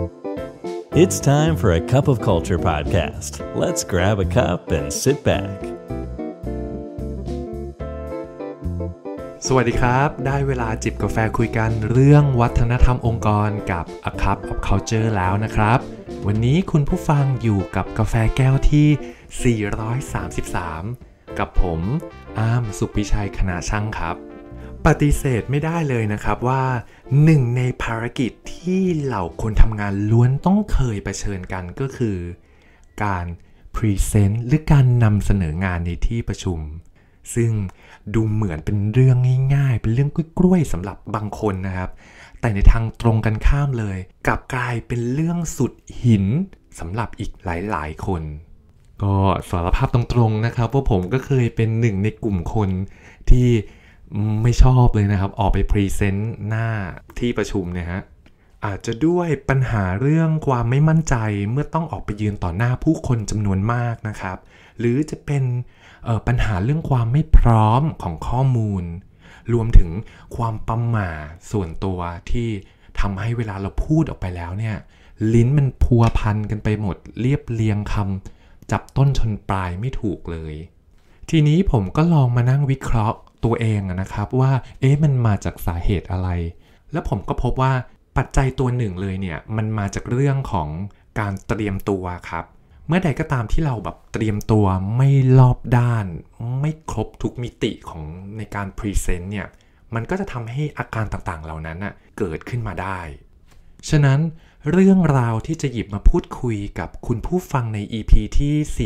It's time for a cup of culture podcast. Let's grab a cup and sit back. สวัสดีครับได้เวลาจิบกาแฟคุยกันเรื่องวัฒนธรรมองค์กรกับ A Cup of Culture แล้วนะครับวันนี้คุณผู้ฟังอยู่กับกาแฟแก้วที่433กับผมอาร์มสุขพิชัยคณาช่างครับปฏิเสธไม่ได้เลยนะครับว่าหนึ่งในภารกิจที่เหล่าคนทำงานล้วนต้องเคยเผชิญกันก็คือการพรีเซนต์หรือการนำเสนองานในที่ประชุมซึ่งดูเหมือนเป็นเรื่องง่ายๆเป็นเรื่องกล้วยๆสำหรับบางคนนะครับแต่ในทางตรงกันข้ามเลยกลับกลายเป็นเรื่องสุดหินสำหรับอีกหลายๆคนก็สารภาพตรงๆนะครับว่าผมก็เคยเป็นหนึ่งในกลุ่มคนที่ไม่ชอบเลยนะครับออกไปพรีเซนต์หน้าที่ประชุมเนี่ยฮะอาจจะด้วยปัญหาเรื่องความไม่มั่นใจเมื่อต้องออกไปยืนต่อหน้าผู้คนจำนวนมากนะครับหรือจะเป็นปัญหาเรื่องความไม่พร้อมของข้อมูลรวมถึงความประหม่าส่วนตัวที่ทำให้เวลาเราพูดออกไปแล้วเนี่ยลิ้นมันพัวพันกันไปหมดเรียบเรียงคำจับต้นชนปลายไม่ถูกเลยทีนี้ผมก็ลองมานั่งวิเคราะห์ตัวเองนะครับว่ามันมาจากสาเหตุอะไรแล้วผมก็พบว่าปัจจัยตัวหนึ่งเลยเนี่ยมันมาจากเรื่องของการเตรียมตัวครับเมื่อใดก็ตามที่เราแบบเตรียมตัวไม่รอบด้านไม่ครบทุกมิติของในการพรีเซนต์เนี่ยมันก็จะทำให้อาการต่างๆเหล่านั้นเกิดขึ้นมาได้ฉะนั้นเรื่องราวที่จะหยิบมาพูดคุยกับคุณผู้ฟังใน EP ที่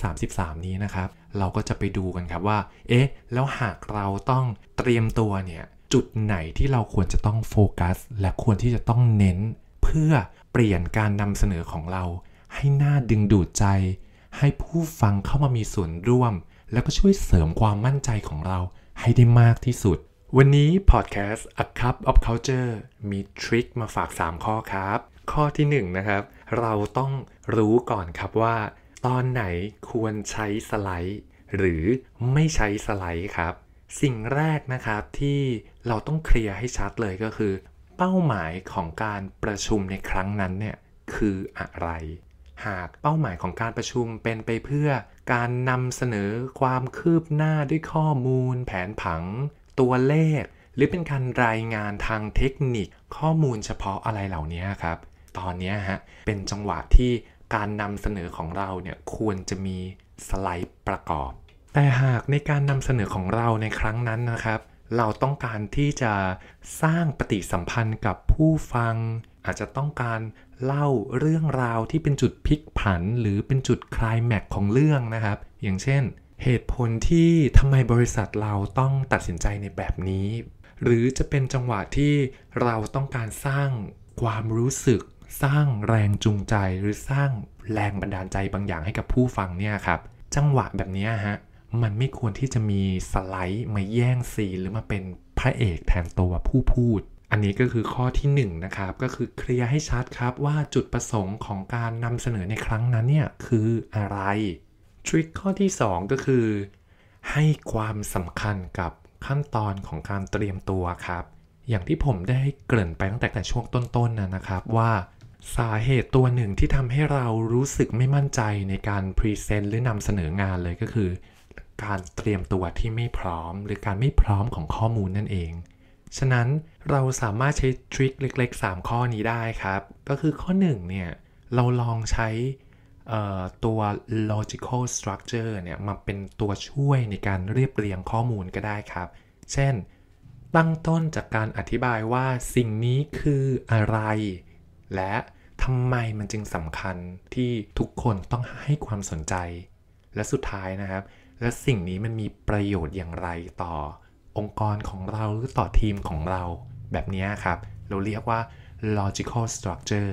433นี้นะครับเราก็จะไปดูกันครับว่าแล้วหากเราต้องเตรียมตัวเนี่ยจุดไหนที่เราควรจะต้องโฟกัสและควรที่จะต้องเน้นเพื่อเปลี่ยนการนำเสนอของเราให้น่าดึงดูดใจให้ผู้ฟังเข้ามามีส่วนร่วมแล้วก็ช่วยเสริมความมั่นใจของเราให้ได้มากที่สุดวันนี้พอดแคสต์ A Cup of Culture มีทริคมาฝาก3ข้อครับข้อที่1นะครับเราต้องรู้ก่อนครับว่าตอนไหนควรใช้สไลด์หรือไม่ใช้สไลด์ครับสิ่งแรกนะครับที่เราต้องเคลียร์ให้ชัดเลยก็คือเป้าหมายของการประชุมในครั้งนั้นเนี่ยคืออะไรหากเป้าหมายของการประชุมเป็นไปเพื่อการนำเสนอความคืบหน้าด้วยข้อมูลแผนผังตัวเลขหรือเป็นการรายงานทางเทคนิคข้อมูลเฉพาะอะไรเหล่านี้ครับตอนนี้เป็นจังหวะที่การนำเสนอของเราเนี่ยควรจะมีสไลด์ประกอบแต่หากในการนำเสนอของเราในครั้งนั้นนะครับเราต้องการที่จะสร้างปฏิสัมพันธ์กับผู้ฟังอาจจะต้องการเล่าเรื่องราวที่เป็นจุดพลิกผันหรือเป็นจุดไคลแม็กซ์ของเรื่องนะครับอย่างเช่นเหตุผลที่ทำไมบริษัทเราต้องตัดสินใจในแบบนี้หรือจะเป็นจังหวะที่เราต้องการสร้างความรู้สึกสร้างแรงจูงใจหรือสร้างแรงบันดาลใจบางอย่างให้กับผู้ฟังเนี่ยครับจังหวะแบบนี้มันไม่ควรที่จะมีสไลด์มาแย่งซีนหรือมาเป็นพระเอกแทนตัวผู้พูดอันนี้ก็คือข้อที่1นะครับก็คือเคลียร์ให้ชัดครับว่าจุดประสงค์ของการนำเสนอในครั้งนั้นเนี่ยคืออะไรทริคข้อที่2ก็คือให้ความสำคัญกับขั้นตอนของการเตรียมตัวครับอย่างที่ผมได้เกริ่นไปตั้งแต่ช่วงต้นๆนะครับว่าสาเหตุตัวหนึ่งที่ทำให้เรารู้สึกไม่มั่นใจในการพรีเซนต์หรือนำเสนองานเลยก็คือการเตรียมตัวที่ไม่พร้อมหรือการไม่พร้อมของข้อมูลนั่นเองฉะนั้นเราสามารถใช้ทริคเล็กๆ3ข้อนี้ได้ครับก็คือข้อ1เนี่ยเราลองใช้ตัว logical structure เนี่ยมาเป็นตัวช่วยในการเรียบเรียงข้อมูลก็ได้ครับเช่นตั้งต้นจากการอธิบายว่าสิ่งนี้คืออะไรและทำไมมันจึงสำคัญที่ทุกคนต้องให้ความสนใจและสุดท้ายนะครับและสิ่งนี้มันมีประโยชน์อย่างไรต่อองค์กรของเราหรือต่อทีมของเราแบบนี้ครับเราเรียกว่า logical structure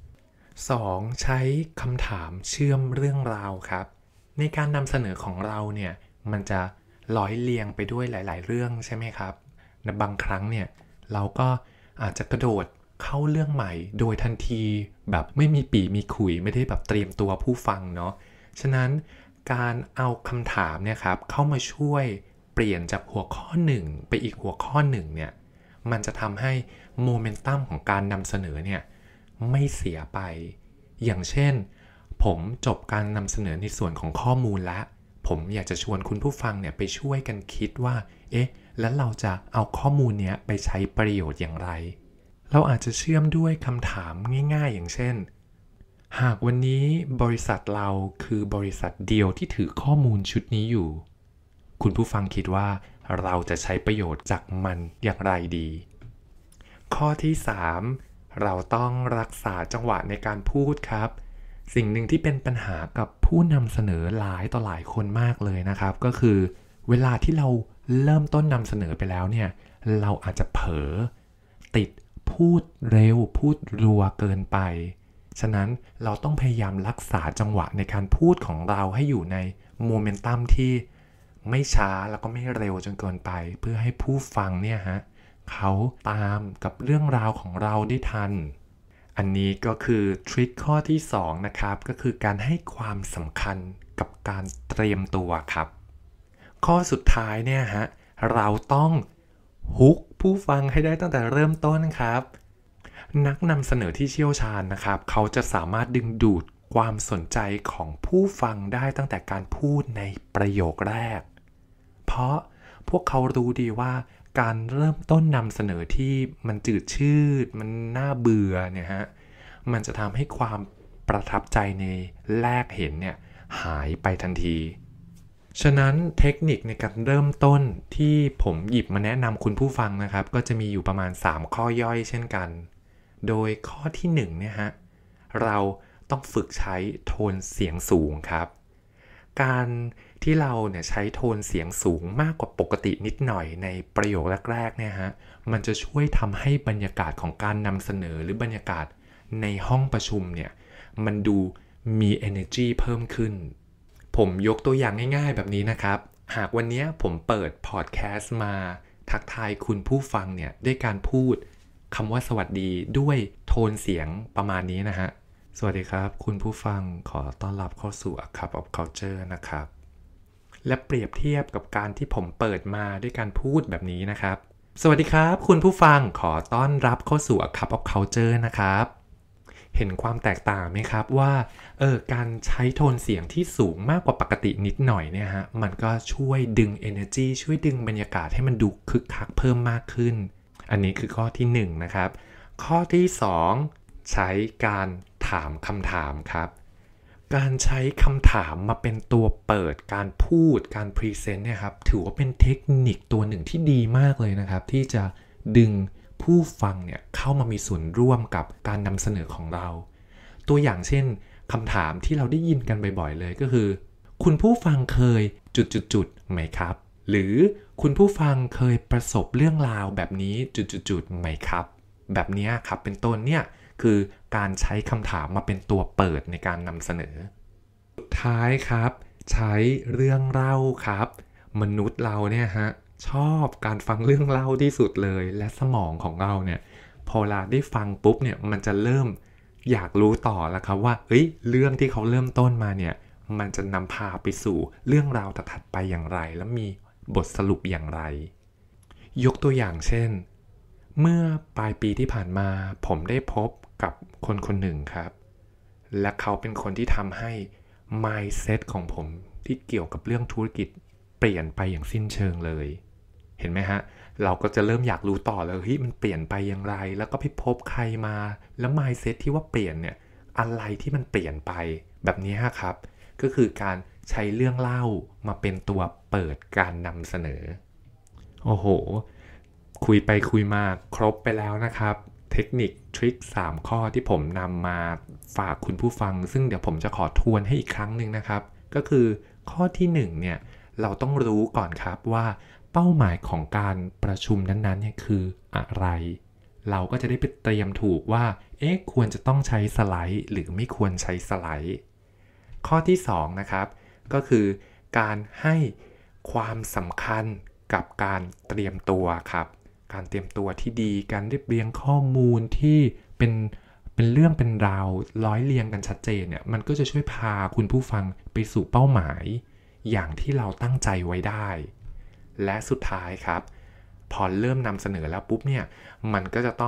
2. ใช้คำถามเชื่อมเรื่องราวครับในการนำเสนอของเราเนี่ยมันจะร้อยเรียงไปด้วยหลายๆเรื่องใช่ไหมครับในบางครั้งเนี่ยเราก็อาจจะกระโดดเข้าเรื่องใหม่โดยทันทีแบบไม่มีปี่มีขุยไม่ได้แบบเตรียมตัวผู้ฟังเนาะฉะนั้นการเอาคำถามเนี่ยครับเข้ามาช่วยเปลี่ยนจากหัวข้อ1ไปอีกหัวข้อ1เนี่ยมันจะทำให้โมเมนตัมของการนำเสนอเนี่ยไม่เสียไปอย่างเช่นผมจบการนำเสนอในส่วนของข้อมูลแล้วผมอยากจะชวนคุณผู้ฟังเนี่ยไปช่วยกันคิดว่าแล้วเราจะเอาข้อมูลเนี้ยไปใช้ประโยชน์อย่างไรเราอาจจะเชื่อมด้วยคำถามง่ายๆอย่างเช่นหากวันนี้บริษัทเราคือบริษัทเดียวที่ถือข้อมูลชุดนี้อยู่คุณผู้ฟังคิดว่าเราจะใช้ประโยชน์จากมันอย่างไรดีข้อที่3เราต้องรักษาจังหวะในการพูดครับสิ่งหนึ่งที่เป็นปัญหากับผู้นำเสนอหลายต่อหลายคนมากเลยนะครับก็คือเวลาที่เราเริ่มต้นนำเสนอไปแล้วเนี่ยเราอาจจะเผลอติดพูดเร็วพูดรัวเกินไปฉะนั้นเราต้องพยายามรักษาจังหวะในการพูดของเราให้อยู่ในโมเมนตัมที่ไม่ช้าแล้วก็ไม่เร็วจนเกินไปเพื่อให้ผู้ฟังเนี่ยเขาตามกับเรื่องราวของเราได้ทันอันนี้ก็คือทริคข้อที่2นะครับก็คือการให้ความสำคัญกับการเตรียมตัวครับข้อสุดท้ายเนี่ยเราต้องฮุกผู้ฟังให้ได้ตั้งแต่เริ่มต้นครับนักนำเสนอที่เชี่ยวชาญนะครับเขาจะสามารถดึงดูดความสนใจของผู้ฟังได้ตั้งแต่การพูดในประโยคแรกเพราะพวกเขารู้ดีว่าการเริ่มต้นนำเสนอที่มันจืดชืดมันน่าเบื่อเนี่ยมันจะทำให้ความประทับใจในแรกเห็นเนี่ยหายไปทันทีฉะนั้นเทคนิคในการเริ่มต้นที่ผมหยิบมาแนะนำคุณผู้ฟังนะครับก็จะมีอยู่ประมาณ3ข้อย่อยเช่นกันโดยข้อที่1เนี่ยเราต้องฝึกใช้โทนเสียงสูงครับการที่เราเนี่ยใช้โทนเสียงสูงมากกว่าปกตินิดหน่อยในประโยคแรกๆเนี่ยมันจะช่วยทำให้บรรยากาศของการนำเสนอหรือบรรยากาศในห้องประชุมเนี่ยมันดูมี energy เพิ่มขึ้นผมยกตัวอย่างง่ายๆแบบนี้นะครับหากวันนี้ผมเปิดพอดแคสต์มาทักทายคุณผู้ฟังเนี่ยด้วยการพูดคำว่าสวัสดีด้วยโทนเสียงประมาณนี้นะฮะสวัสดีครับคุณผู้ฟังขอต้อนรับเข้าสู่ A Cup of Culture นะครับและเปรียบเทียบกับการที่ผมเปิดมาด้วยการพูดแบบนี้นะครับสวัสดีครับคุณผู้ฟังขอต้อนรับเข้าสู่ A Cup of Culture นะครับเห็นความแตกต่างไหมครับว่าการใช้โทนเสียงที่สูงมากกว่าปกตินิดหน่อยเนี่ยมันก็ช่วยดึง energy ช่วยดึงบรรยากาศให้มันดูคึกคักเพิ่มมากขึ้นอันนี้คือข้อที่1นะครับข้อที่2ใช้การถามคำถามครับการใช้คำถามมาเป็นตัวเปิดการพูดการพรีเซนต์เนี่ยครับถือว่าเป็นเทคนิคตัวหนึ่งที่ดีมากเลยนะครับที่จะดึงผู้ฟังเนี่ยเข้ามามีส่วนร่วมกับการนำเสนอของเราตัวอย่างเช่นคำถามที่เราได้ยินกันบ่อยๆเลยก็คือคุณผู้ฟังเคยจุดๆไหมครับหรือคุณผู้ฟังเคยประสบเรื่องราวแบบนี้จุดๆไหมครับแบบนี้ครับเป็นต้นเนี่ยคือการใช้คำถามมาเป็นตัวเปิดในการนำเสนอสุดท้ายครับใช้เรื่องเล่าครับมนุษย์เราเนี่ยชอบการฟังเรื่องเล่าที่สุดเลยและสมองของเราเนี่ยพอเราได้ฟังปุ๊บเนี่ยมันจะเริ่มอยากรู้ต่อแล้วครับว่าเรื่องที่เขาเริ่มต้นมาเนี่ยมันจะนำพาไปสู่เรื่องราวถัดไปอย่างไรและมีบทสรุปอย่างไรยกตัวอย่างเช่นเมื่อปลายปีที่ผ่านมาผมได้พบกับคนคนหนึ่งครับและเขาเป็นคนที่ทำให้ mindset ของผมที่เกี่ยวกับเรื่องธุรกิจเปลี่ยนไปอย่างสิ้นเชิงเลยเห็นไหมเราก็จะเริ่มอยากรู้ต่อเลยมันเปลี่ยนไปอย่างไรแล้วก็ไปพบใครมาแล้ว mindset ที่ว่าเปลี่ยนเนี่ยอะไรที่มันเปลี่ยนไปแบบนี้ครับก็คือการใช้เรื่องเล่ามาเป็นตัวเปิดการนำเสนอโอ้โหคุยไปคุยมาครบไปแล้วนะครับเทคนิคทริค3ข้อที่ผมนำมาฝากคุณผู้ฟังซึ่งเดี๋ยวผมจะขอทวนให้อีกครั้งหนึ่งนะครับก็คือข้อที่1เนี่ยเราต้องรู้ก่อนครับว่าเป้าหมายของการประชุมนั้นๆเนี่ยคืออะไรเราก็จะได้ไปเตรียมถูกว่าควรจะต้องใช้สไลด์หรือไม่ควรใช้สไลด์ข้อที่2นะครับก็คือการให้ความสำคัญกับการเตรียมตัวครับการเตรียมตัวที่ดีการเรียบเรียงข้อมูลที่เป็นเรื่องเป็นราวร้อยเรียงกันชัดเจนเนี่ยมันก็จะช่วยพาคุณผู้ฟังไปสู่เป้าหมายอย่างที่เราตั้งใจไว้ได้และสุดท้ายครับพอเริ่มนำเสนอแล้วปุ๊บเนี่ยมันก็จะต้อง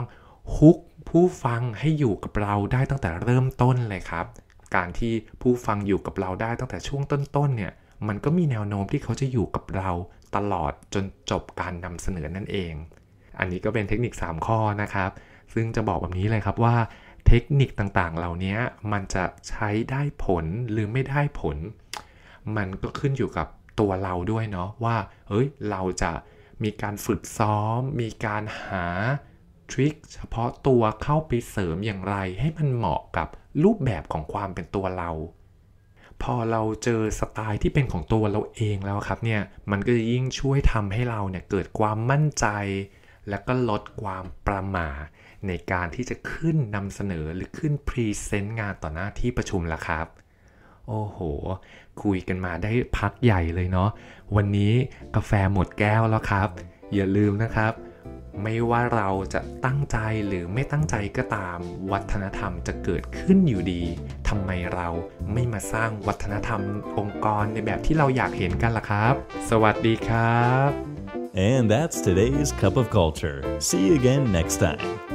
ฮุกผู้ฟังให้อยู่กับเราได้ตั้งแต่เริ่มต้นเลยครับการที่ผู้ฟังอยู่กับเราได้ตั้งแต่ช่วงต้นๆเนี่ยมันก็มีแนวโน้มที่เขาจะอยู่กับเราตลอดจนจบการนำเสนอนั่นเองอันนี้ก็เป็นเทคนิค3ข้อนะครับซึ่งจะบอกแบบนี้เลยครับว่าเทคนิคต่างๆเหล่านี้มันจะใช้ได้ผลหรือไม่ได้ผลมันก็ขึ้นอยู่กับตัวเราด้วยเนาะว่าเราจะมีการฝึกซ้อมมีการหาทริคเฉพาะตัวเข้าไปเสริมอย่างไรให้มันเหมาะกับรูปแบบของความเป็นตัวเราพอเราเจอสไตล์ที่เป็นของตัวเราเองแล้วครับเนี่ยมันก็จะยิ่งช่วยทำให้เราเนี่ยเกิดความมั่นใจและก็ลดความประหม่าในการที่จะขึ้นนำเสนอหรือขึ้นพรีเซนต์งานต่อหน้าที่ประชุมละครับโอ้โหคุยกันมาได้พักใหญ่เลยเนาะวันนี้กาแฟหมดแก้วแล้วครับอย่าลืมนะครับไม่ว่าเราจะตั้งใจหรือไม่ตั้งใจก็ตามวัฒนธรรมจะเกิดขึ้นอยู่ดีทำไมเราไม่มาสร้างวัฒนธรรมองค์กรในแบบที่เราอยากเห็นกันล่ะครับสวัสดีครับ And that's today's Cup of Culture. See you again next time.